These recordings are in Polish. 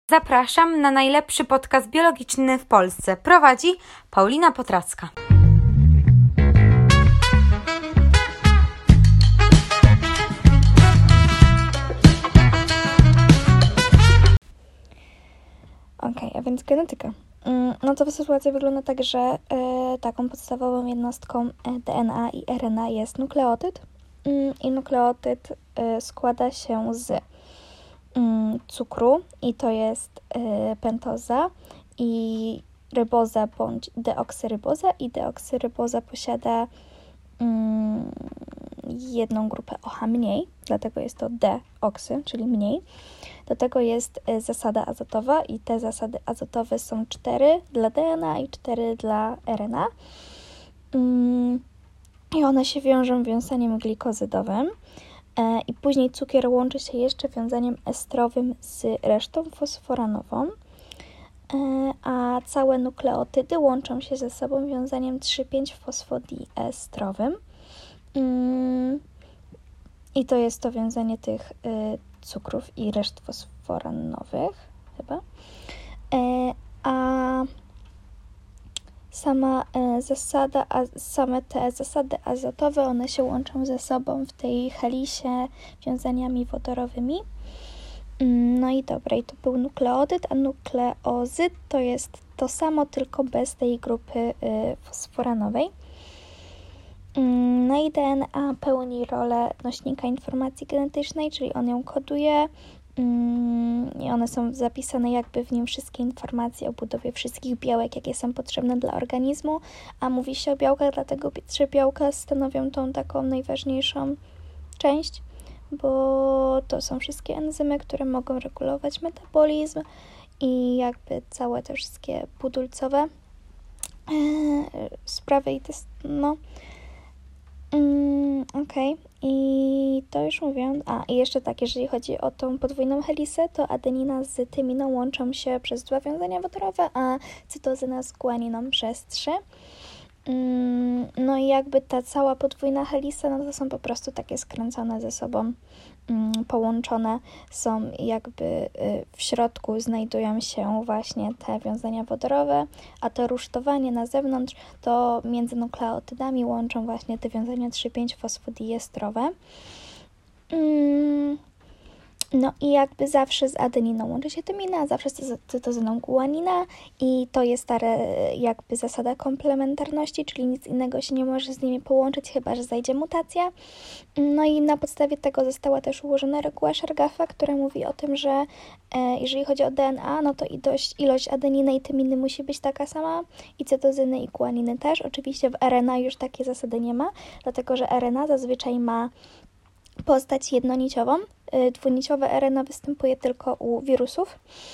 Zapraszam na najlepszy podcast biologiczny w Polsce. Prowadzi Paulina Potracka. Okej, a więc genetyka. No to sytuacja wygląda tak, że taką podstawową jednostką DNA i RNA jest nukleotyd. I nukleotyd składa się z cukru i to jest pentoza i ryboza bądź deoksyryboza i deoksyryboza posiada jedną grupę OH mniej, dlatego jest to deoksy, czyli mniej. Do tego jest zasada azotowa i te zasady azotowe są 4 dla DNA i 4 dla RNA. I one się wiążą wiązaniem glikozydowym. I później cukier łączy się jeszcze wiązaniem estrowym z resztą fosforanową, a całe nukleotydy łączą się ze sobą wiązaniem 3,5-fosfodiestrowym. I to jest to wiązanie tych cukrów i reszt fosforanowych chyba. A same te zasady azotowe, one się łączą ze sobą w tej helisie wiązaniami wodorowymi. No i dobra, i to był nukleotyd, a nukleozyd to jest to samo, tylko bez tej grupy fosforanowej. No i DNA pełni rolę nośnika informacji genetycznej, czyli on ją koduje i one są zapisane jakby w nim wszystkie informacje o budowie wszystkich białek, jakie są potrzebne dla organizmu, a mówi się o białkach, dlatego że białka stanowią tą taką najważniejszą część, bo to są wszystkie enzymy, które mogą regulować metabolizm i jakby całe te wszystkie budulcowe sprawy i okej. I to już mówiłam. I jeszcze tak, jeżeli chodzi o tą podwójną helisę, to adenina z tyminą łączą się przez 2 wiązania wodorowe, a cytozyna z guaniną przez 3. No i jakby ta cała podwójna helisa, no to są po prostu takie skręcone ze sobą, połączone są jakby w środku znajdują się właśnie te wiązania wodorowe, a to rusztowanie na zewnątrz to między nukleotydami łączą właśnie te wiązania 3,5-fosfodiestrowe. No i jakby zawsze z adeniną łączy się tymina, a zawsze z cytozyną guanina i to jest ta jakby zasada komplementarności, czyli nic innego się nie może z nimi połączyć, chyba że zajdzie mutacja. No i na podstawie tego została też ułożona reguła Chargafa, która mówi o tym, że jeżeli chodzi o DNA, no to ilość adeniny i tyminy musi być taka sama i cytozyny i guaniny też. Oczywiście w RNA już takiej zasady nie ma, dlatego że RNA zazwyczaj ma postać jednoniciową. Dwuniciowe RNA występuje tylko u wirusów,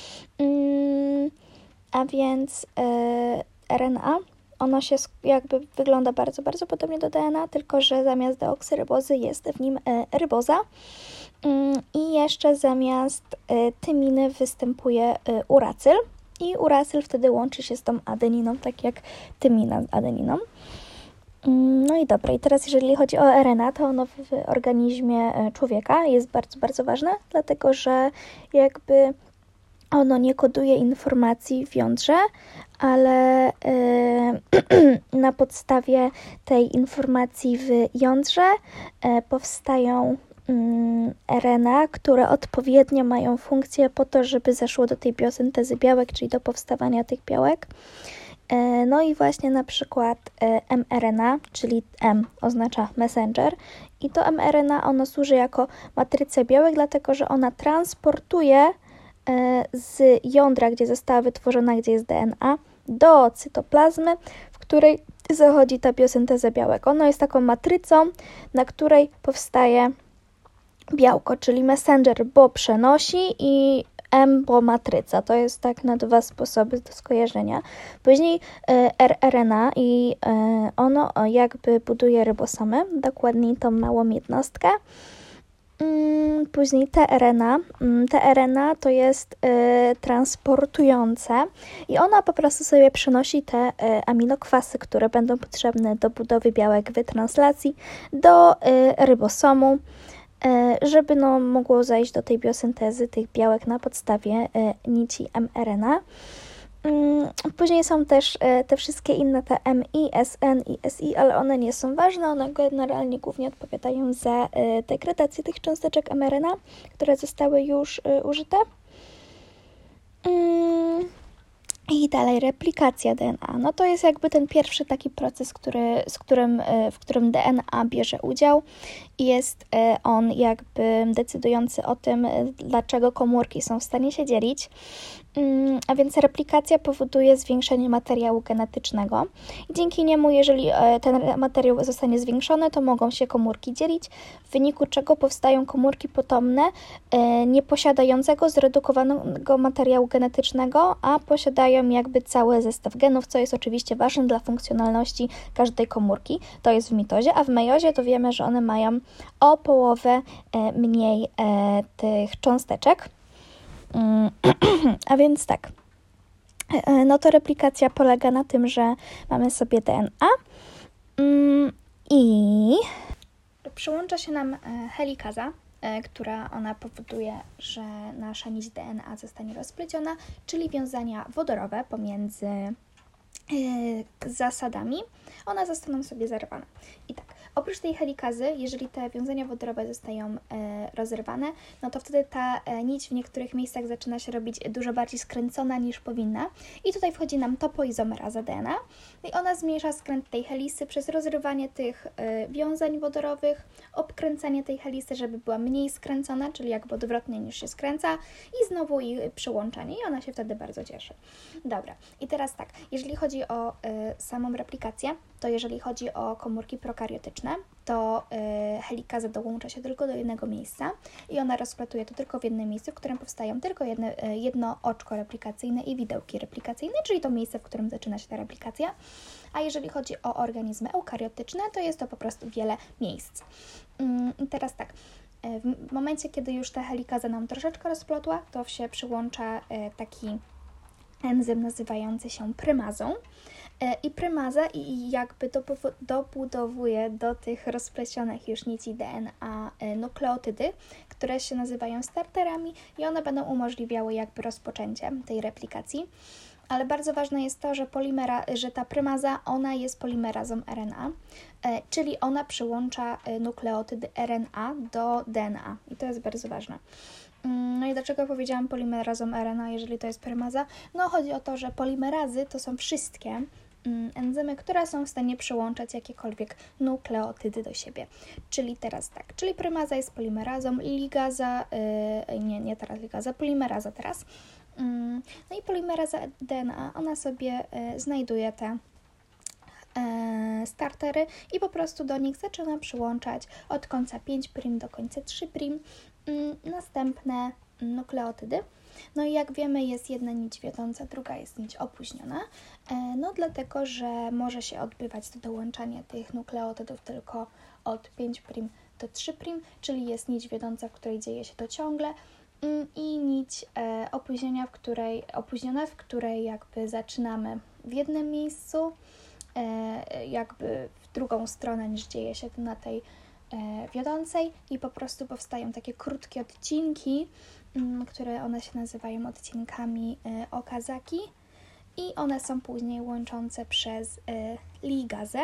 a więc RNA, ono się jakby wygląda bardzo, bardzo podobnie do DNA, tylko że zamiast deoksyrybozy jest w nim ryboza i jeszcze zamiast tyminy występuje uracyl i uracyl wtedy łączy się z tą adeniną, tak jak tymina z adeniną. No i dobra, i teraz jeżeli chodzi o RNA, to ono w organizmie człowieka jest bardzo, bardzo ważne, dlatego że jakby ono nie koduje informacji w jądrze, ale na podstawie tej informacji w jądrze powstają RNA, które odpowiednio mają funkcję po to, żeby zaszło do tej biosyntezy białek, czyli do powstawania tych białek. No i właśnie na przykład mRNA, czyli M oznacza messenger i to mRNA ono służy jako matryca białek, dlatego że ona transportuje z jądra, gdzie została wytworzona, gdzie jest DNA, do cytoplazmy, w której zachodzi ta biosynteza białek. Ono jest taką matrycą, na której powstaje białko, czyli messenger, bo przenosi i M, bo matryca. To jest tak na 2 sposoby do skojarzenia. Później rRNA i ono jakby buduje rybosomy, dokładniej tą małą jednostkę. Później tRNA. tRNA to jest transportujące i ona po prostu sobie przenosi te aminokwasy, które będą potrzebne do budowy białek w translacji do rybosomu. żeby mogło zajść do tej biosyntezy tych białek na podstawie nici mRNA. Później są też te wszystkie inne, te MI, SN i SI, ale one nie są ważne, one generalnie głównie odpowiadają za degradację tych cząsteczek mRNA, które zostały już użyte. I dalej replikacja DNA. No to jest jakby ten pierwszy taki proces, w którym DNA bierze udział i jest on jakby decydujący o tym, dlaczego komórki są w stanie się dzielić. A więc replikacja powoduje zwiększenie materiału genetycznego i dzięki niemu, jeżeli ten materiał zostanie zwiększony, to mogą się komórki dzielić, w wyniku czego powstają komórki potomne nieposiadającego zredukowanego materiału genetycznego, a posiadają jakby cały zestaw genów, co jest oczywiście ważne dla funkcjonalności każdej komórki. To jest w mitozie, a w mejozie to wiemy, że one mają o połowę mniej tych cząsteczek. A więc tak, no to replikacja polega na tym, że mamy sobie DNA i przyłącza się nam helikaza, która ona powoduje, że nasza nić DNA zostanie rozpleciona, czyli wiązania wodorowe pomiędzy zasadami, one zostaną sobie zerwane. I tak, oprócz tej helikazy, jeżeli te wiązania wodorowe zostają rozerwane, no to wtedy ta nić w niektórych miejscach zaczyna się robić dużo bardziej skręcona niż powinna. I tutaj wchodzi nam topoizomeraza DNA i ona zmniejsza skręt tej helisy przez rozrywanie tych wiązań wodorowych, obkręcanie tej helisy, żeby była mniej skręcona, czyli jakby odwrotnie niż się skręca i znowu jej przyłączanie i ona się wtedy bardzo cieszy. Dobra, i teraz tak, jeżeli chodzi o samą replikację, to jeżeli chodzi o komórki prokariotyczne, to helikaza dołącza się tylko do jednego miejsca i ona rozplatuje to tylko w jednym miejscu, w którym powstają tylko jedno oczko replikacyjne i widełki replikacyjne, czyli to miejsce, w którym zaczyna się ta replikacja. A jeżeli chodzi o organizmy eukariotyczne, to jest to po prostu wiele miejsc. I teraz tak, w momencie, kiedy już ta helikaza nam troszeczkę rozplotła, to się przyłącza taki enzym nazywający się prymazą. I prymaza jakby dobudowuje do tych rozplecionych już nici DNA nukleotydy, które się nazywają starterami i one będą umożliwiały jakby rozpoczęcie tej replikacji. Ale bardzo ważne jest to, że ta prymaza, ona jest polimerazą RNA, czyli ona przyłącza nukleotydy RNA do DNA i to jest bardzo ważne. No i dlaczego powiedziałam polimerazą RNA, jeżeli to jest prymaza? No chodzi o to, że polimerazy to są wszystkie enzymy, które są w stanie przyłączać jakiekolwiek nukleotydy do siebie. Czyli teraz tak, czyli prymaza jest polimerazą, ligaza, polimeraza teraz. No i polimeraza DNA, ona sobie znajduje te startery i po prostu do nich zaczyna przyłączać od końca 5' do końca 3' następne nukleotydy. No i jak wiemy, jest jedna nić wiodąca, druga jest nić opóźniona, no dlatego, że może się odbywać to dołączanie tych nukleotydów tylko od 5' do 3', czyli jest nić wiodąca, w której dzieje się to ciągle i nić opóźniona, w której jakby zaczynamy w jednym miejscu, jakby w drugą stronę niż dzieje się to na tej wiodącej i po prostu powstają takie krótkie odcinki, które one się nazywają odcinkami Okazaki i one są później łączące przez ligazę.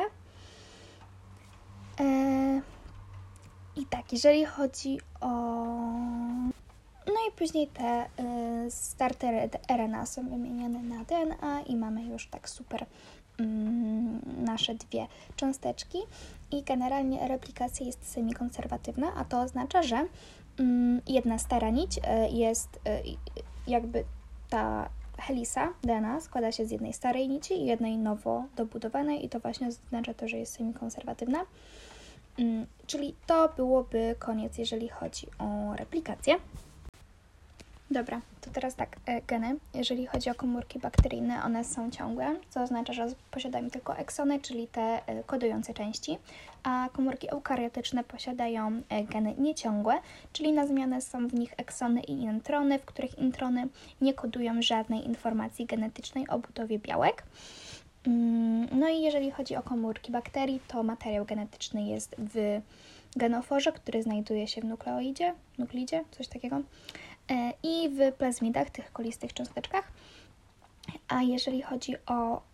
I tak, jeżeli chodzi o... No i później te startery RNA są wymieniane na DNA i mamy już tak super nasze dwie cząsteczki i generalnie replikacja jest semikonserwatywna, a to oznacza, że jedna stara nić jest jakby ta helisa DNA składa się z jednej starej nici i jednej nowo dobudowanej i to właśnie oznacza to, że jest semikonserwatywna. Czyli to byłoby koniec, jeżeli chodzi o replikację. Dobra, to teraz tak, geny, jeżeli chodzi o komórki bakteryjne, one są ciągłe, co oznacza, że posiadają tylko eksony, czyli te kodujące części, a komórki eukariotyczne posiadają geny nieciągłe, czyli na zmianę są w nich eksony i introny, w których introny nie kodują żadnej informacji genetycznej o budowie białek. No i jeżeli chodzi o komórki bakterii, to materiał genetyczny jest w genoforze, który znajduje się w nuklidzie, coś takiego, i w plazmidach, tych kolistych cząsteczkach. A jeżeli chodzi o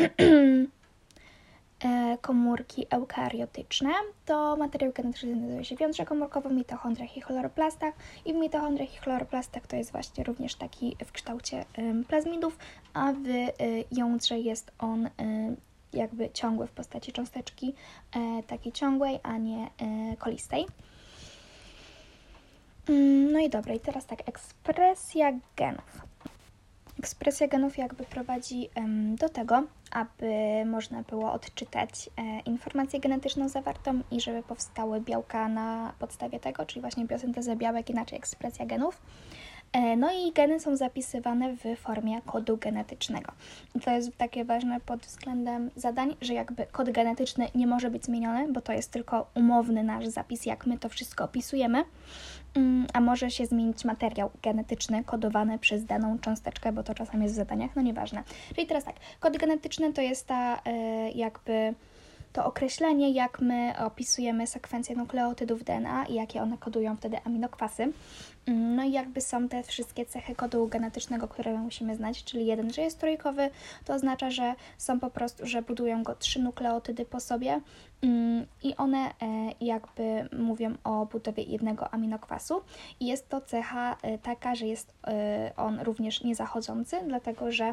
komórki eukariotyczne, to materiał genetyczny znajduje się w jądrze komórkowym, mitochondriach i chloroplastach. I w mitochondriach i chloroplastach to jest właśnie również taki w kształcie plazmidów, a w jądrze jest on jakby ciągły w postaci cząsteczki takiej ciągłej, a nie kolistej. No i dobra, i teraz tak, ekspresja genów. Ekspresja genów jakby prowadzi do tego, aby można było odczytać informację genetyczną zawartą i żeby powstały białka na podstawie tego, czyli właśnie biosynteza białek, inaczej ekspresja genów. No i geny są zapisywane w formie kodu genetycznego. I to jest takie ważne pod względem zadań, że jakby kod genetyczny nie może być zmieniony, bo to jest tylko umowny nasz zapis, jak my to wszystko opisujemy, a może się zmienić materiał genetyczny kodowany przez daną cząsteczkę, bo to czasami jest w zadaniach, no nieważne. Czyli teraz tak, kod genetyczny to jest ta jakby to określenie, jak my opisujemy sekwencję nukleotydów DNA i jakie one kodują wtedy aminokwasy. No i jakby są te wszystkie cechy kodu genetycznego, które musimy znać, czyli jeden, że jest trójkowy, to oznacza, że są po prostu, że budują go 3 nukleotydy po sobie i one jakby mówią o budowie jednego aminokwasu. I jest to cecha taka, że jest on również niezachodzący, dlatego że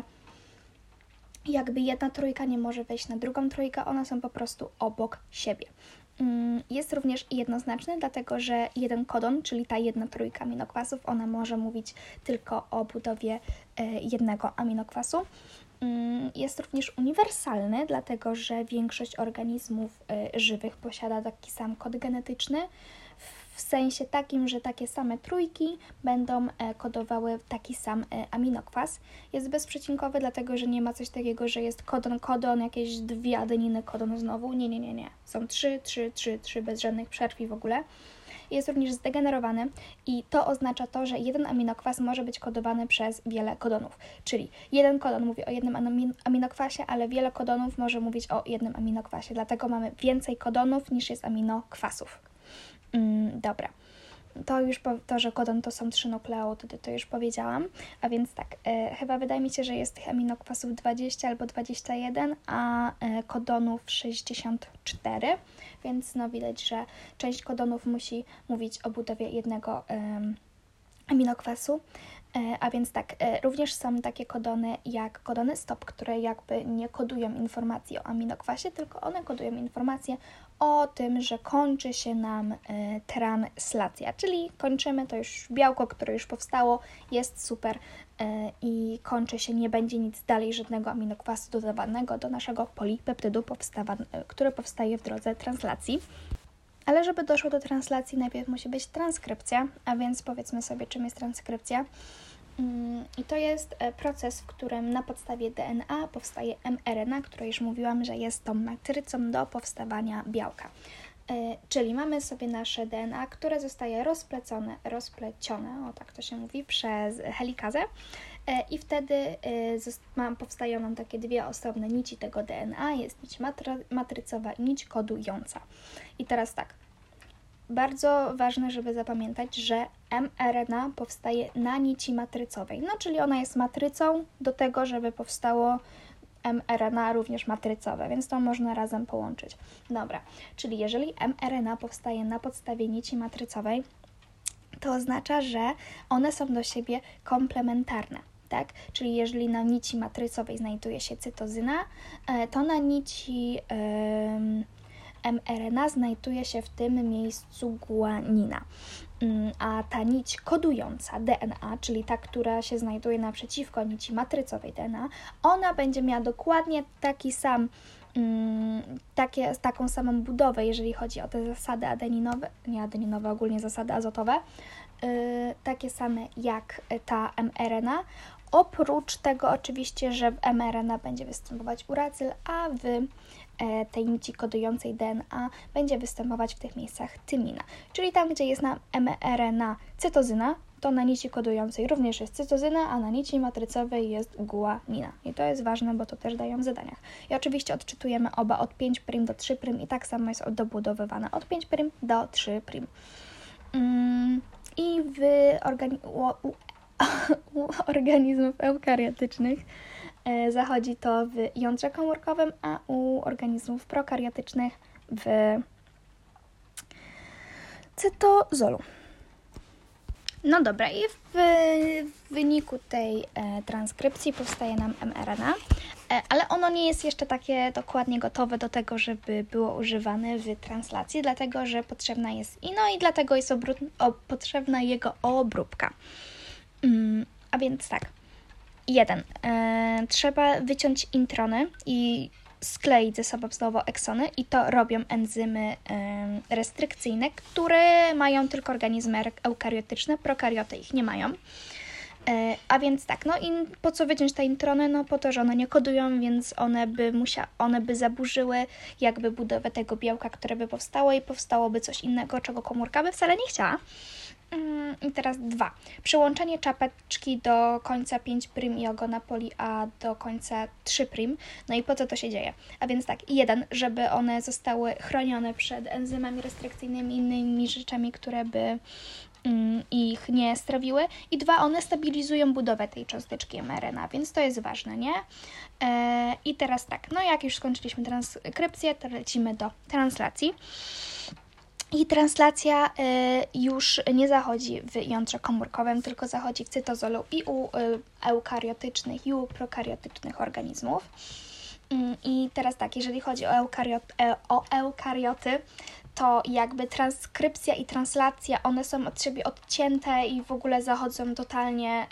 jakby jedna trójka nie może wejść na drugą trójkę, one są po prostu obok siebie. Jest również jednoznaczny, dlatego że jeden kodon, czyli ta jedna trójka aminokwasów, ona może mówić tylko o budowie jednego aminokwasu. Jest również uniwersalny, dlatego że większość organizmów żywych posiada taki sam kod genetyczny, w sensie takim, że takie same trójki będą kodowały taki sam aminokwas. Jest bezprzecinkowy, dlatego że nie ma coś takiego, że jest kodon, jakieś 2 adeniny, kodon znowu. Nie. Są 3 bez żadnych przerw i w ogóle. Jest również zdegenerowany i to oznacza to, że jeden aminokwas może być kodowany przez wiele kodonów. Czyli jeden kodon mówi o jednym aminokwasie, ale wiele kodonów może mówić o jednym aminokwasie. Dlatego mamy więcej kodonów niż jest aminokwasów. Dobra, to, że kodon to są 3 nukleotydy, to już powiedziałam, a więc tak, chyba wydaje mi się, że jest tych aminokwasów 20 albo 21, a kodonów 64, więc no widać, że część kodonów musi mówić o budowie jednego aminokwasu. A więc tak, również są takie kodony jak kodony stop, które jakby nie kodują informacji o aminokwasie, tylko one kodują informacje o tym, że kończy się nam translacja, czyli kończymy, to już białko, które już powstało, jest super i kończy się, nie będzie nic dalej, żadnego aminokwasu dodawanego do naszego polipeptydu, który powstaje w drodze translacji. Ale żeby doszło do translacji, najpierw musi być transkrypcja, a więc powiedzmy sobie, czym jest transkrypcja. I to jest proces, w którym na podstawie DNA powstaje mRNA, która już mówiłam, że jest tą matrycą do powstawania białka. Czyli mamy sobie nasze DNA, które zostaje rozplecione, o tak to się mówi, przez helikazę i wtedy powstają nam takie 2 osobne nici tego DNA, jest nić matrycowa i nić kodująca. I teraz tak, bardzo ważne, żeby zapamiętać, że mRNA powstaje na nici matrycowej, no czyli ona jest matrycą do tego, żeby powstało mRNA również matrycowe, więc to można razem połączyć. Dobra, czyli jeżeli mRNA powstaje na podstawie nici matrycowej, to oznacza, że one są do siebie komplementarne. Tak? Czyli jeżeli na nici matrycowej znajduje się cytozyna, to na nici mRNA znajduje się w tym miejscu guanina. A ta nić kodująca DNA, czyli ta, która się znajduje naprzeciwko nici matrycowej DNA, ona będzie miała dokładnie taką samą budowę, jeżeli chodzi o te zasady adeninowe, ogólnie zasady azotowe, takie same jak ta mRNA. Oprócz tego oczywiście, że w mRNA będzie występować uracyl, a w tej nici kodującej DNA będzie występować w tych miejscach tymina. Czyli tam, gdzie jest na mRNA cytozyna, to na nici kodującej również jest cytozyna, a na nici matrycowej jest guanina. I to jest ważne, bo to też dają w zadaniach. I oczywiście odczytujemy oba od 5' do 3' i tak samo jest dobudowywane od 5' do 3'. I u organizmów eukariotycznych zachodzi to w jądrze komórkowym, a u organizmów prokariotycznych w cytozolu. No dobra, i w wyniku tej transkrypcji powstaje nam mRNA, ale ono nie jest jeszcze takie dokładnie gotowe do tego, żeby było używane w translacji, dlatego że potrzebna jest i dlatego jest potrzebna jego obróbka. A więc tak, 1. Trzeba wyciąć introny i skleić ze sobą znowu eksony i to robią enzymy restrykcyjne, które mają tylko organizmy eukariotyczne, prokarioty ich nie mają. A więc tak, no i po co wyciąć te introny? No po to, że one nie kodują, więc one by zaburzyły jakby budowę tego białka, które by powstało i powstałoby coś innego, czego komórka by wcale nie chciała. I teraz 2. Przyłączenie czapeczki do końca 5' i ogona poli A do końca 3'. No i po co to się dzieje? A więc tak, 1. Żeby one zostały chronione przed enzymami restrykcyjnymi i innymi rzeczami, które by ich nie strawiły. I 2. One stabilizują budowę tej cząsteczki mRNA, więc to jest ważne, nie? I teraz tak, no jak już skończyliśmy transkrypcję, to lecimy do translacji. I translacja już nie zachodzi w jądrze komórkowym, tylko zachodzi w cytozolu i u eukariotycznych, i u prokariotycznych organizmów. I teraz tak, jeżeli chodzi o eukarioty, to jakby transkrypcja i translacja, one są od siebie odcięte i w ogóle zachodzą totalnie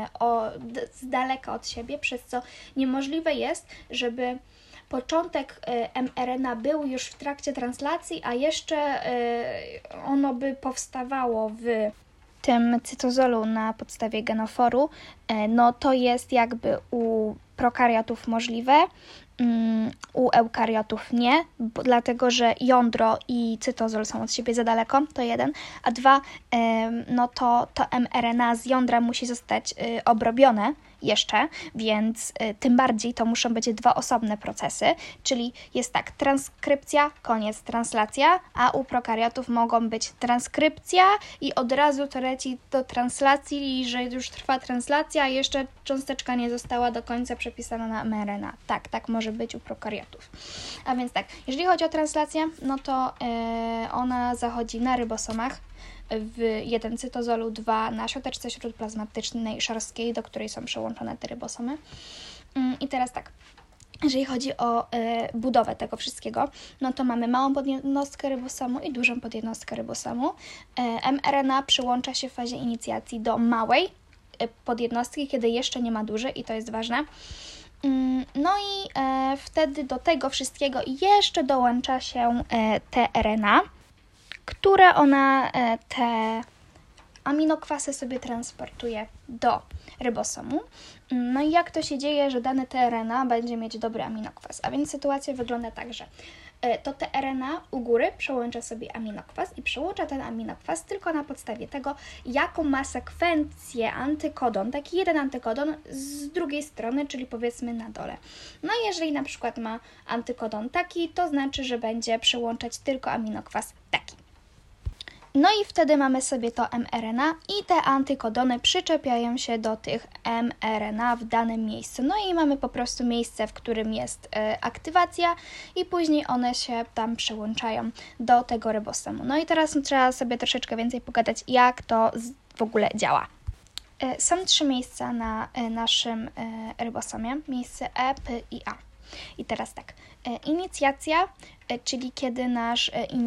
z daleka od siebie, przez co niemożliwe jest, żeby początek mRNA był już w trakcie translacji, a jeszcze ono by powstawało w tym cytozolu na podstawie genoforu, no to jest jakby u prokariotów możliwe, u eukariotów nie, dlatego że jądro i cytozol są od siebie za daleko, to 1, a 2, no to mRNA z jądra musi zostać obrobione jeszcze, więc tym bardziej to muszą być 2 osobne procesy, czyli jest tak, transkrypcja, koniec, translacja, a u prokariotów mogą być transkrypcja i od razu to leci do translacji i że już trwa translacja, a jeszcze cząsteczka nie została do końca przepisana na mRNA. Tak może być u prokariotów. A więc tak, jeżeli chodzi o translację, no to ona zachodzi na rybosomach, w 1 cytozolu, 2 na siateczce śródplazmatycznej szorstkiej, do której są przyłączone te rybosomy. I teraz tak, jeżeli chodzi o budowę tego wszystkiego, no to mamy małą podjednostkę rybosomu i dużą podjednostkę rybosomu. mRNA przyłącza się w fazie inicjacji do małej podjednostki, kiedy jeszcze nie ma dużej i to jest ważne. No i wtedy do tego wszystkiego jeszcze dołącza się tRNA, które ona te aminokwasy sobie transportuje do rybosomu. No i jak to się dzieje, że dane tRNA będzie mieć dobry aminokwas? A więc sytuacja wygląda tak, że to tRNA u góry przełącza sobie aminokwas i przełącza ten aminokwas tylko na podstawie tego, jaką ma sekwencję antykodon, taki jeden antykodon z drugiej strony, czyli powiedzmy na dole. No i jeżeli na przykład ma antykodon taki, to znaczy, że będzie przełączać tylko aminokwas taki. No i wtedy mamy sobie to mRNA i te antykodony przyczepiają się do tych mRNA w danym miejscu. No i mamy po prostu miejsce, w którym jest aktywacja i później one się tam przyłączają do tego rybosomu. No i teraz trzeba sobie troszeczkę więcej pogadać, jak to w ogóle działa. Są 3 miejsca na naszym rybosomie, miejsce E, P i A. I teraz tak, inicjacja, czyli kiedy nasz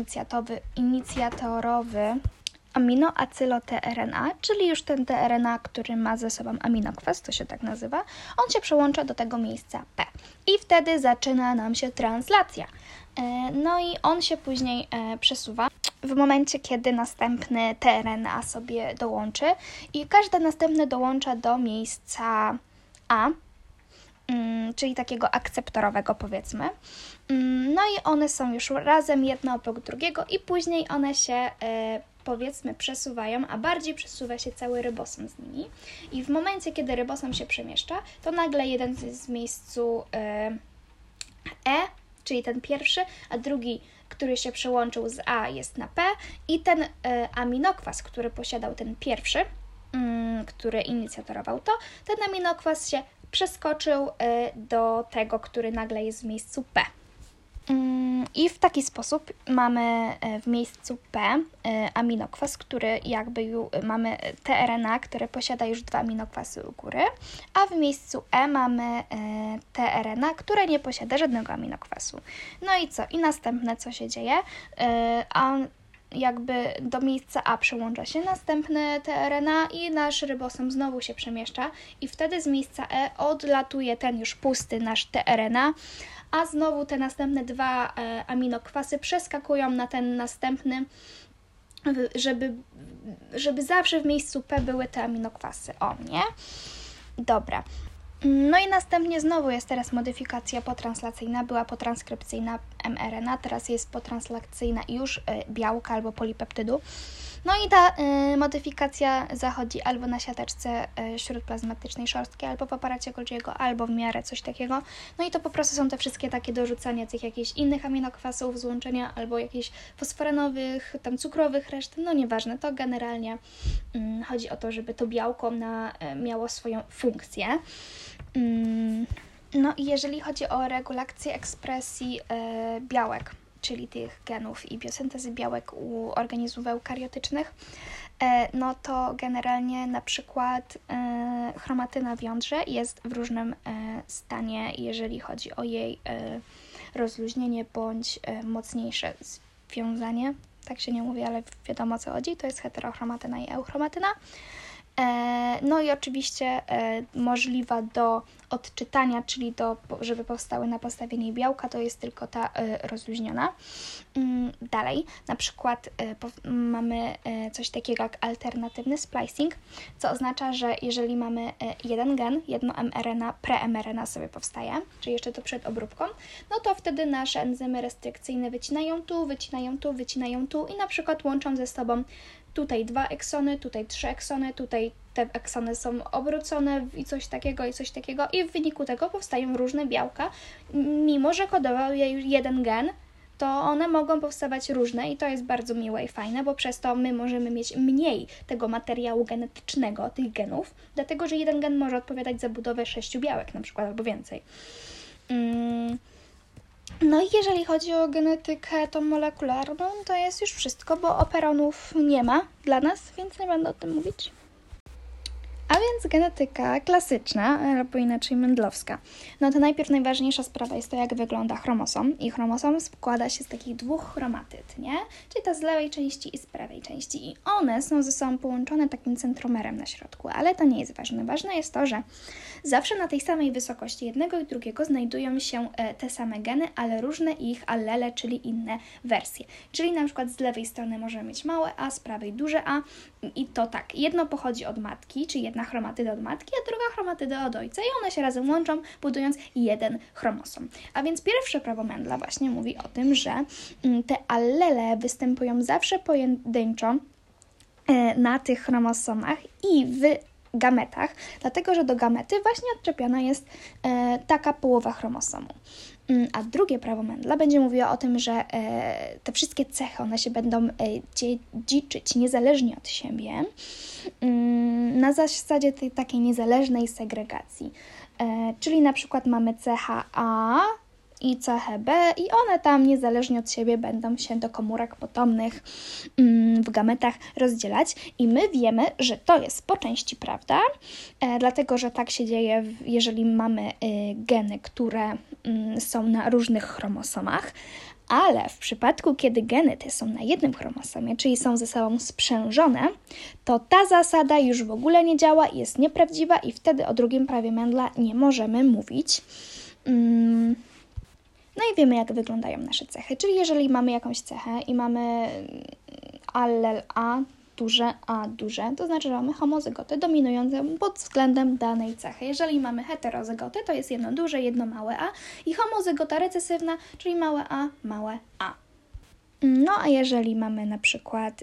inicjatorowy aminoacylo-tRNA, czyli już ten tRNA, który ma ze sobą aminokwas, to się tak nazywa, on się przełącza do tego miejsca P. I wtedy zaczyna nam się translacja. No i on się później przesuwa w momencie, kiedy następny tRNA sobie dołączy i każdy następny dołącza do miejsca A, czyli takiego akceptorowego, powiedzmy. No i one są już razem jedno obok drugiego i później one się powiedzmy przesuwają, a bardziej przesuwa się cały rybosom z nimi. I w momencie, kiedy rybosom się przemieszcza, to nagle jeden jest w miejscu E, czyli ten pierwszy, a drugi, który się przełączył z A, jest na P i ten aminokwas, który posiadał ten pierwszy, który inicjatorował to, ten aminokwas się przeskoczył do tego, który nagle jest w miejscu P. I w taki sposób mamy w miejscu P aminokwas, który jakby mamy tRNA, które posiada już 2 aminokwasy u góry, a w miejscu E mamy tRNA, które nie posiada żadnego aminokwasu. No i co? I następne, co się dzieje? Jakby do miejsca A przełącza się następny tRNA i nasz rybosom znowu się przemieszcza i wtedy z miejsca E odlatuje ten już pusty nasz tRNA, a znowu te następne 2 aminokwasy przeskakują na ten następny, żeby zawsze w miejscu P były te aminokwasy. O, nie? Dobra. No i następnie znowu jest teraz modyfikacja potranslacyjna, była potranskrypcyjna mRNA, teraz jest potranslacyjna już białka albo polipeptydu. No i ta modyfikacja zachodzi albo na siateczce śródplazmatycznej szorstkiej, albo w aparacie Golgiego, albo w miarę coś takiego. No i to po prostu są te wszystkie takie dorzucania tych jakichś innych aminokwasów, złączenia albo jakichś fosforanowych, tam cukrowych reszt, no nieważne, to generalnie chodzi o to, żeby to białko miało swoją funkcję. No i jeżeli chodzi o regulację ekspresji białek, czyli tych genów i biosyntezy białek u organizmów eukariotycznych, no to generalnie na przykład chromatyna w jądrze jest w różnym stanie, jeżeli chodzi o jej rozluźnienie bądź mocniejsze związanie. Tak się nie mówi, ale wiadomo o co chodzi. To jest heterochromatyna i euchromatyna. No i oczywiście możliwa do odczytania, czyli żeby powstały na podstawie niej białka, to jest tylko ta rozluźniona. Dalej, na przykład mamy coś takiego jak alternatywny splicing, co oznacza, że jeżeli mamy jeden gen, jedno mRNA, pre-mRNA sobie powstaje, czyli jeszcze to przed obróbką, no to wtedy nasze enzymy restrykcyjne wycinają tu i na przykład łączą ze sobą tutaj 2 eksony, tutaj 3 eksony, tutaj te eksony są obrócone i coś takiego i w wyniku tego powstają różne białka. Mimo że kodował je już jeden gen, to one mogą powstawać różne i to jest bardzo miłe i fajne, bo przez to my możemy mieć mniej tego materiału genetycznego, tych genów, dlatego że jeden gen może odpowiadać za budowę 6 białek na przykład albo więcej. No i jeżeli chodzi o genetykę tą molekularną, to jest już wszystko, bo operonów nie ma dla nas, więc nie będę o tym mówić. A więc genetyka klasyczna, albo inaczej mendlowska. No to najpierw najważniejsza sprawa jest to, jak wygląda chromosom. I chromosom składa się z takich 2 chromatyd, nie? Czyli ta z lewej części i z prawej części. I one są ze sobą połączone takim centromerem na środku, ale to nie jest ważne. Ważne jest to, że zawsze na tej samej wysokości jednego i drugiego znajdują się te same geny, ale różne ich allele, czyli inne wersje. Czyli na przykład z lewej strony możemy mieć małe a, z prawej duże a i to tak. Jedno pochodzi od matki, czyli jedna chromatyda od matki, a druga chromatyda od ojca i one się razem łączą, budując jeden chromosom. A więc pierwsze prawo Mendla właśnie mówi o tym, że te allele występują zawsze pojedynczo na tych chromosomach i w gametach, dlatego że do gamety właśnie odczepiona jest taka połowa chromosomu. A drugie prawo Mendla będzie mówiło o tym, że te wszystkie cechy, one się będą dziedziczyć niezależnie od siebie, na zasadzie tej takiej niezależnej segregacji. Czyli na przykład mamy cechę A i cechę B i one tam niezależnie od siebie będą się do komórek potomnych w gametach rozdzielać i my wiemy, że to jest po części prawda, dlatego że tak się dzieje, jeżeli mamy geny, które są na różnych chromosomach, ale w przypadku, kiedy geny te są na jednym chromosomie, czyli są ze sobą sprzężone, to ta zasada już w ogóle nie działa, jest nieprawdziwa i wtedy o drugim prawie Mendla nie możemy mówić. No i wiemy, jak wyglądają nasze cechy, czyli jeżeli mamy jakąś cechę i mamy allel A duże, to znaczy, że mamy homozygotę dominującą pod względem danej cechy. Jeżeli mamy heterozygotę, to jest jedno duże, jedno małe a i homozygota recesywna, czyli małe a, małe a. No a jeżeli mamy na przykład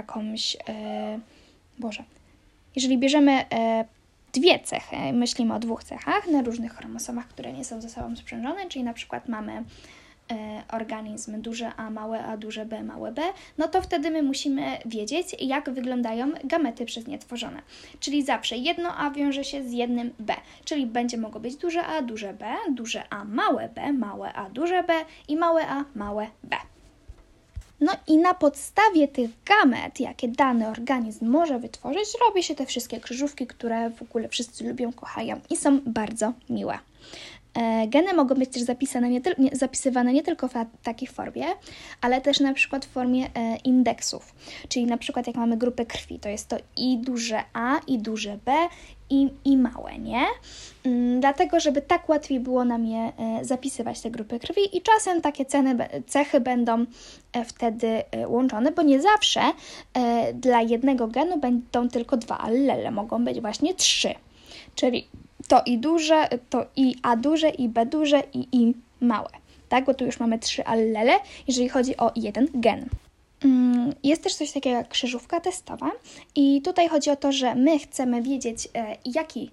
jeżeli bierzemy dwie cechy, myślimy o dwóch cechach na różnych chromosomach, które nie są ze sobą sprzężone, czyli na przykład mamy organizm duże A, małe A, duże B, małe B, no to wtedy my musimy wiedzieć, jak wyglądają gamety przez nie tworzone. Czyli zawsze jedno A wiąże się z jednym B, czyli będzie mogło być duże A, duże B, duże A, małe B, małe A, duże B i małe A, małe B. No i na podstawie tych gamet, jakie dany organizm może wytworzyć, robi się te wszystkie krzyżówki, które w ogóle wszyscy lubią, kochają i są bardzo miłe. Geny mogą być też zapisywane nie tylko w takiej formie, ale też na przykład w formie indeksów. Czyli na przykład jak mamy grupę krwi, to jest to i duże A, i duże B, i małe, nie? Dlatego, żeby tak łatwiej było nam je zapisywać, te grupy krwi i czasem takie cechy będą wtedy łączone, bo nie zawsze dla jednego genu będą tylko 2 allele, mogą być właśnie 3. Czyli to i duże, to i A duże, i B duże, i małe. Tak, bo tu już mamy 3 allele, jeżeli chodzi o jeden gen. Jest też coś takiego jak krzyżówka testowa i tutaj chodzi o to, że my chcemy wiedzieć, jaki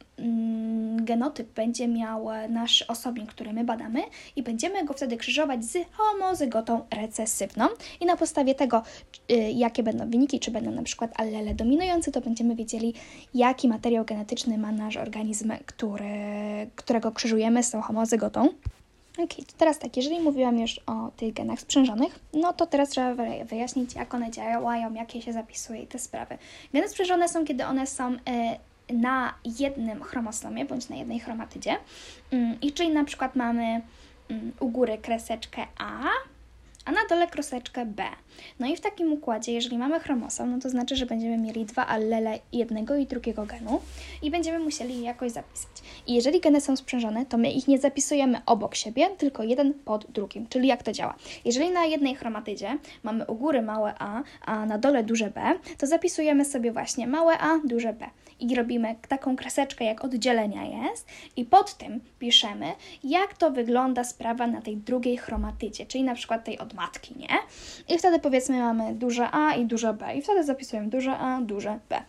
genotyp będzie miał nasz osobnik, który my badamy i będziemy go wtedy krzyżować z homozygotą recesywną i na podstawie tego, jakie będą wyniki, czy będą na przykład allele dominujące, to będziemy wiedzieli, jaki materiał genetyczny ma nasz organizm, którego krzyżujemy z tą homozygotą. To teraz tak, jeżeli mówiłam już o tych genach sprzężonych, no to teraz trzeba wyjaśnić, jak one działają, jak je się zapisuje i te sprawy. Geny sprzężone są, kiedy one są na jednym chromosomie, bądź na jednej chromatydzie. I czyli na przykład mamy u góry kreseczkę a na dole kreseczkę B. No i w takim układzie, jeżeli mamy chromosom, no to znaczy, że będziemy mieli 2 allele jednego i drugiego genu i będziemy musieli je jakoś zapisać. I jeżeli geny są sprzężone, to my ich nie zapisujemy obok siebie, tylko jeden pod drugim. Czyli jak to działa? Jeżeli na jednej chromatydzie mamy u góry małe a na dole duże B, to zapisujemy sobie właśnie małe a, duże B. I robimy taką kreseczkę, jak oddzielenia jest i pod tym piszemy, jak to wygląda sprawa na tej drugiej chromatydzie, czyli na przykład tej od matki, nie? I wtedy powiedzmy mamy duże A i duże B i wtedy zapisujemy duże A, duże B.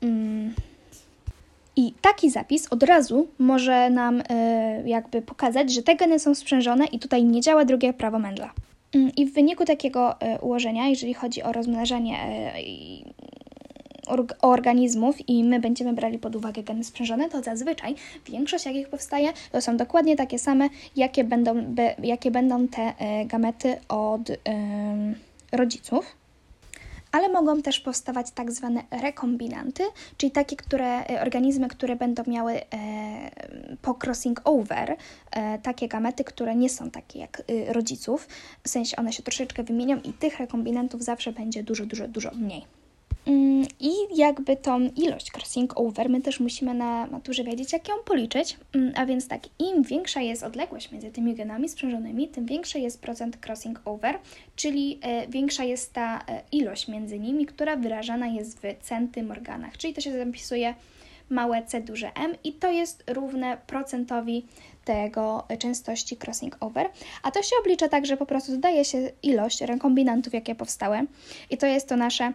I taki zapis od razu może nam jakby pokazać, że te geny są sprzężone i tutaj nie działa drugie prawo Mendela. I w wyniku takiego ułożenia, jeżeli chodzi o rozmnażanie organizmów i my będziemy brali pod uwagę geny sprzężone, to zazwyczaj większość jakich powstaje, to są dokładnie takie same, jakie będą te gamety od rodziców. Ale mogą też powstawać tak zwane rekombinanty, czyli takie organizmy, które będą miały po crossing over takie gamety, które nie są takie jak rodziców, w sensie one się troszeczkę wymienią i tych rekombinantów zawsze będzie dużo mniej. I jakby tą ilość crossing over my też musimy na maturze wiedzieć, jak ją policzyć, a więc tak, im większa jest odległość między tymi genami sprzężonymi, tym większy jest procent crossing over, czyli większa jest ta ilość między nimi, która wyrażana jest w centymorganach, czyli to się zapisuje małe c duże m i to jest równe procentowi tego częstości crossing over, a to się oblicza tak, że po prostu dodaje się ilość rekombinantów, jakie powstały i to jest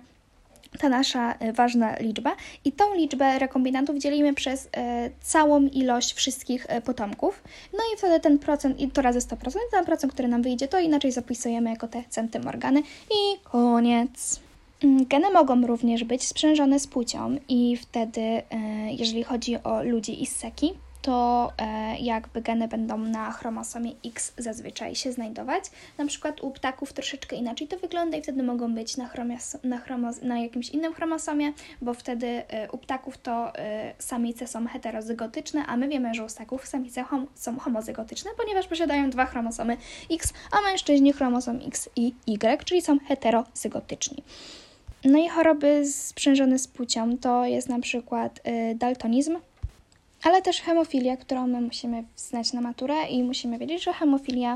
ta nasza ważna liczba i tą liczbę rekombinantów dzielimy przez całą ilość wszystkich potomków. No i wtedy ten procent, i to razy 100%, ten procent, który nam wyjdzie, to inaczej zapisujemy jako te centymorgany i koniec. Geny mogą również być sprzężone z płcią i wtedy, jeżeli chodzi o ludzi i sseki, to jakby geny będą na chromosomie X zazwyczaj się znajdować. Na przykład u ptaków troszeczkę inaczej to wygląda i wtedy mogą być na jakimś innym chromosomie, bo wtedy u ptaków to samice są heterozygotyczne, a my wiemy, że u ssaków samice są homozygotyczne, ponieważ posiadają 2 chromosomy X, a mężczyźni chromosom X i Y, czyli są heterozygotyczni. No i choroby sprzężone z płcią to jest na przykład daltonizm, ale też hemofilia, którą my musimy znać na maturę i musimy wiedzieć, że hemofilia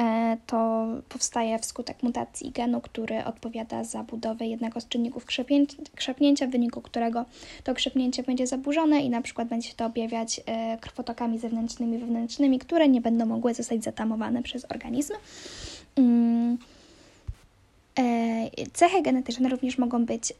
to powstaje wskutek mutacji genu, który odpowiada za budowę jednego z czynników krzepnięcia, w wyniku którego to krzepnięcie będzie zaburzone i na przykład będzie się to objawiać krwotokami zewnętrznymi, wewnętrznymi, które nie będą mogły zostać zatamowane przez organizm. Cechy genetyczne również mogą być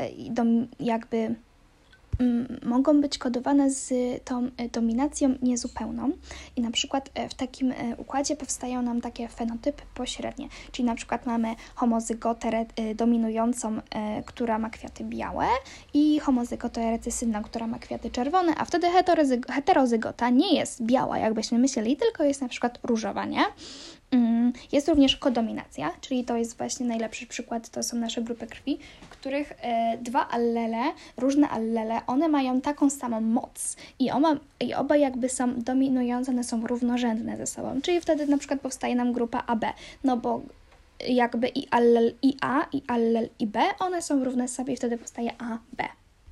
mogą być kodowane z tą dominacją niezupełną i na przykład w takim układzie powstają nam takie fenotypy pośrednie, czyli na przykład mamy homozygotę dominującą, która ma kwiaty białe i homozygotę recesywną, która ma kwiaty czerwone, a wtedy heterozygota nie jest biała, jakbyśmy myśleli, tylko jest na przykład różowa, nie? Jest również kodominacja, czyli to jest właśnie najlepszy przykład, to są nasze grupy krwi, w których dwa allele, różne allele, one mają taką samą moc i oba jakby są dominujące, one są równorzędne ze sobą, czyli wtedy na przykład powstaje nam grupa AB, no bo jakby i allel i A i allel i B, one są równe sobie i wtedy powstaje AB.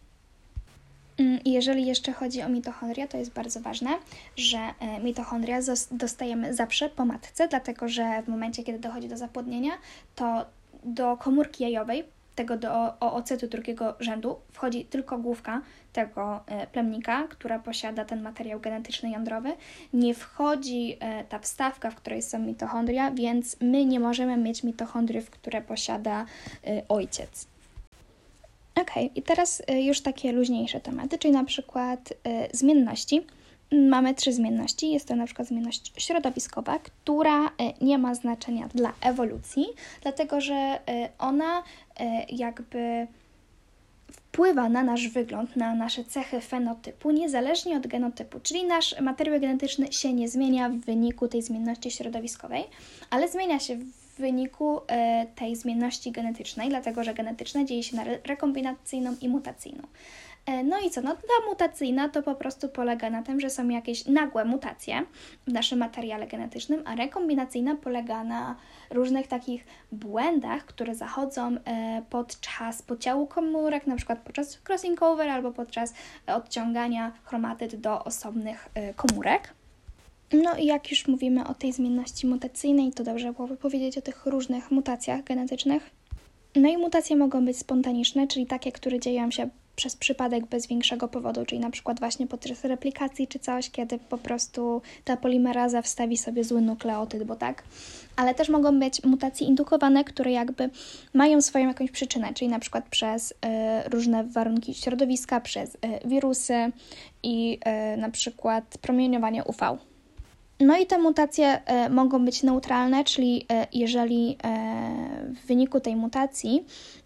I jeżeli jeszcze chodzi o mitochondria, to jest bardzo ważne, że mitochondria dostajemy zawsze po matce, dlatego że w momencie, kiedy dochodzi do zapłodnienia, to do komórki jajowej, tego do oocytu drugiego rzędu, wchodzi tylko główka tego plemnika, która posiada ten materiał genetyczny jądrowy. Nie wchodzi ta wstawka, w której są mitochondria, więc my nie możemy mieć mitochondriów, które posiada ojciec. I teraz już takie luźniejsze tematy, czyli na przykład zmienności. Mamy 3 zmienności. Jest to na przykład zmienność środowiskowa, która nie ma znaczenia dla ewolucji, dlatego że ona jakby wpływa na nasz wygląd, na nasze cechy fenotypu, niezależnie od genotypu, czyli nasz materiał genetyczny się nie zmienia w wyniku tej zmienności środowiskowej, ale zmienia się w wyniku tej zmienności genetycznej, dlatego że genetyczna dzieje się na rekombinacyjną i mutacyjną. No i co? No ta mutacyjna to po prostu polega na tym, że są jakieś nagłe mutacje w naszym materiale genetycznym, a rekombinacyjna polega na różnych takich błędach, które zachodzą podczas podziału komórek, na przykład podczas crossing over albo podczas odciągania chromatyd do osobnych komórek. No i jak już mówimy o tej zmienności mutacyjnej, to dobrze byłoby powiedzieć o tych różnych mutacjach genetycznych. No i mutacje mogą być spontaniczne, czyli takie, które dzieją się przez przypadek bez większego powodu, czyli na przykład właśnie podczas replikacji czy coś, kiedy po prostu ta polimeraza wstawi sobie zły nukleotyd, bo tak. Ale też mogą być mutacje indukowane, które jakby mają swoją jakąś przyczynę, czyli na przykład przez różne warunki środowiska, przez wirusy i na przykład promieniowanie UV. No i te mutacje mogą być neutralne, czyli jeżeli w wyniku tej mutacji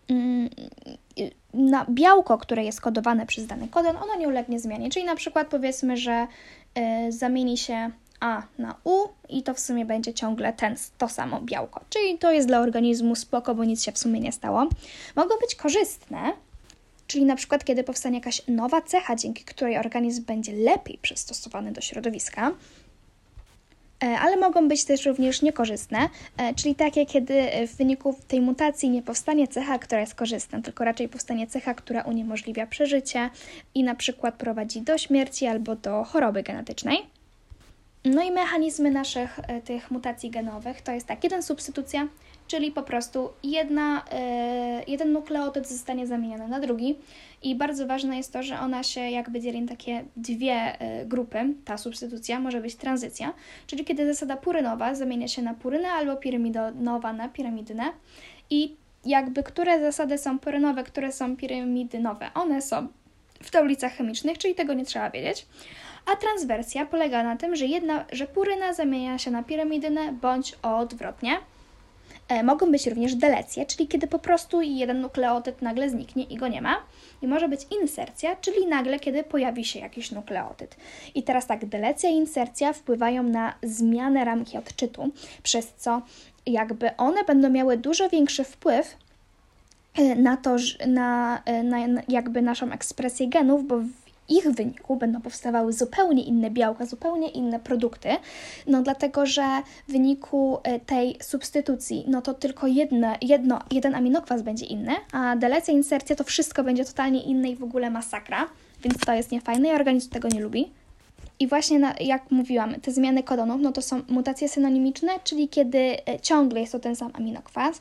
na białko, które jest kodowane przez dany kodon, ono nie ulegnie zmianie. Czyli na przykład powiedzmy, że zamieni się A na U i to w sumie będzie ciągle to samo białko. Czyli to jest dla organizmu spoko, bo nic się w sumie nie stało. Mogą być korzystne, czyli na przykład kiedy powstanie jakaś nowa cecha, dzięki której organizm będzie lepiej przystosowany do środowiska, ale mogą być też również niekorzystne, czyli takie, kiedy w wyniku tej mutacji nie powstanie cecha, która jest korzystna, tylko raczej powstanie cecha, która uniemożliwia przeżycie i na przykład prowadzi do śmierci albo do choroby genetycznej. No i mechanizmy naszych tych mutacji genowych to jest tak, substytucja, czyli po prostu jeden nukleotyd zostanie zamieniony na drugi i bardzo ważne jest to, że ona się jakby dzieli na takie 2 grupy, ta substytucja może być tranzycja, czyli kiedy zasada purynowa zamienia się na purynę albo pirimidonowa na pirimidynę i jakby które zasady są purynowe, które są pirimidynowe, one są w tablicach chemicznych, czyli tego nie trzeba wiedzieć. A transwersja polega na tym, że puryna zamienia się na pirimidynę bądź odwrotnie. Mogą być również delecje, czyli kiedy po prostu jeden nukleotyd nagle zniknie i go nie ma. I może być insercja, czyli nagle, kiedy pojawi się jakiś nukleotyd. I teraz tak, delecja i insercja wpływają na zmianę ramki odczytu, przez co jakby one będą miały dużo większy wpływ na to, na jakby naszą ekspresję genów, bo w ich wyniku będą powstawały zupełnie inne białka, zupełnie inne produkty, no dlatego, że w wyniku tej substytucji, no to tylko jeden aminokwas będzie inny, a delecja, insercja to wszystko będzie totalnie inne i w ogóle masakra, więc to jest niefajne i organizm tego nie lubi. I właśnie jak mówiłam, te zmiany kodonów, no to są mutacje synonimiczne, czyli kiedy ciągle jest to ten sam aminokwas,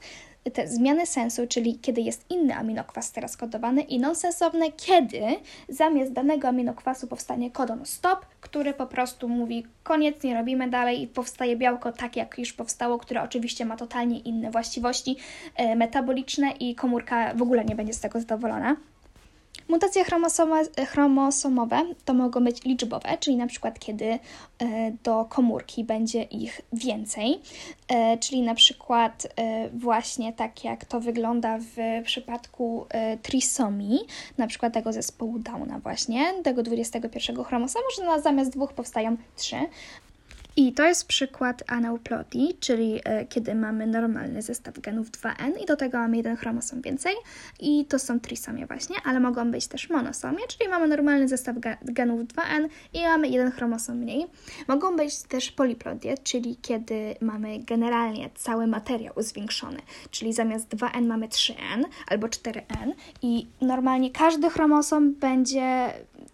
te zmiany sensu, czyli kiedy jest inny aminokwas teraz kodowany, i nonsensowne, kiedy zamiast danego aminokwasu powstanie kodon stop, który po prostu mówi koniec, nie robimy dalej i powstaje białko tak, jak już powstało, które oczywiście ma totalnie inne właściwości metaboliczne i komórka w ogóle nie będzie z tego zadowolona. Mutacje chromosomowe to mogą być liczbowe, czyli na przykład kiedy do komórki będzie ich więcej, czyli na przykład właśnie tak jak to wygląda w przypadku trisomii, na przykład tego zespołu Downa właśnie, tego 21 chromosomu, że zamiast 2 powstają 3. I to jest przykład aneuploidii, czyli kiedy mamy normalny zestaw genów 2N i do tego mamy 1 chromosom więcej i to są trisomie właśnie, ale mogą być też monosomie, czyli mamy normalny zestaw genów 2N i mamy 1 chromosom mniej. Mogą być też poliplodie, czyli kiedy mamy generalnie cały materiał zwiększony, czyli zamiast 2N mamy 3N albo 4N i normalnie każdy chromosom będzie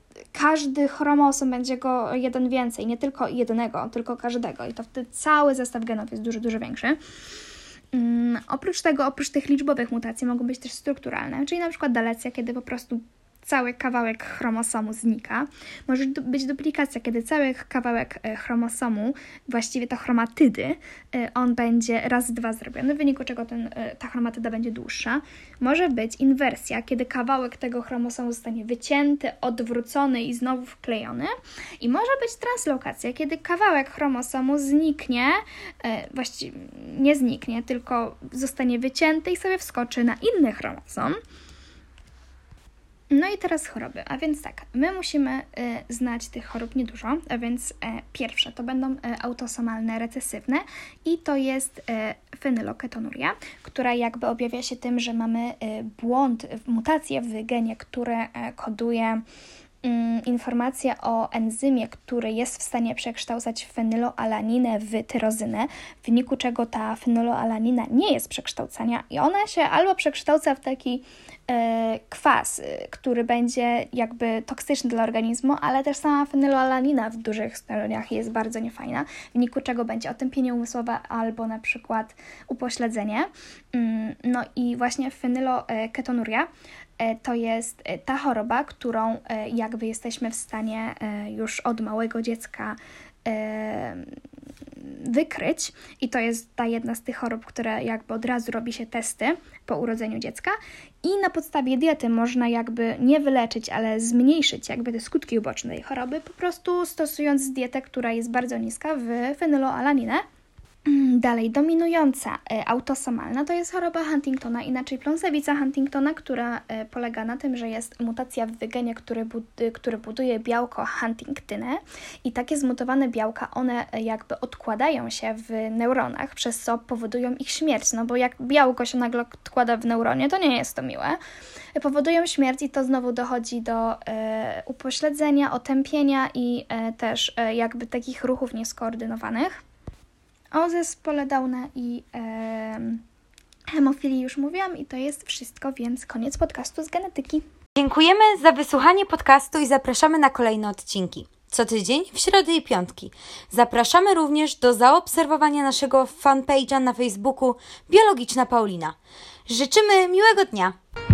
go jeden więcej, nie tylko jednego, tylko każdego i to wtedy cały zestaw genów jest dużo większy. Oprócz tych liczbowych mutacji mogą być też strukturalne, czyli na przykład delecja, kiedy po prostu cały kawałek chromosomu znika. Może być duplikacja, kiedy cały kawałek chromosomu, właściwie to chromatydy, on będzie raz 2 zrobiony, w wyniku czego ta chromatyda będzie dłuższa. Może być inwersja, kiedy kawałek tego chromosomu zostanie wycięty, odwrócony i znowu wklejony. I może być translokacja, kiedy kawałek chromosomu zniknie, właściwie nie zniknie, tylko zostanie wycięty i sobie wskoczy na inny chromosom. No i teraz choroby, a więc tak, my musimy znać tych chorób niedużo, a więc pierwsze to będą autosomalne recesywne i to jest fenyloketonuria, która jakby objawia się tym, że mamy błąd, mutację w genie, które koduje informację o enzymie, który jest w stanie przekształcać fenyloalaninę w tyrozynę, w wyniku czego ta fenyloalanina nie jest przekształcania i ona się albo przekształca w taki kwas, który będzie jakby toksyczny dla organizmu, ale też sama fenyloalanina w dużych stopniach jest bardzo niefajna, w wyniku czego będzie otępienie umysłowe albo na przykład upośledzenie. No i właśnie fenyloketonuria to jest ta choroba, którą jakby jesteśmy w stanie już od małego dziecka wykryć i to jest ta jedna z tych chorób, które jakby od razu robi się testy po urodzeniu dziecka i na podstawie diety można jakby nie wyleczyć, ale zmniejszyć jakby te skutki uboczne tej choroby, po prostu stosując dietę, która jest bardzo niska w fenyloalaninę. Dalej, dominująca autosomalna to jest choroba Huntingtona, inaczej pląsewica Huntingtona, która polega na tym, że jest mutacja w genie, który buduje białko huntingtynę i takie zmutowane białka, one jakby odkładają się w neuronach, przez co powodują ich śmierć, no bo jak białko się nagle odkłada w neuronie, to nie jest to miłe. Powodują śmierć i to znowu dochodzi do upośledzenia, otępienia i też jakby takich ruchów nieskoordynowanych. O zespole Downa i hemofilii już mówiłam i to jest wszystko, więc koniec podcastu z genetyki. Dziękujemy za wysłuchanie podcastu i zapraszamy na kolejne odcinki. Co tydzień w środy i piątki. Zapraszamy również do zaobserwowania naszego fanpage'a na Facebooku Biologiczna Paulina. Życzymy miłego dnia!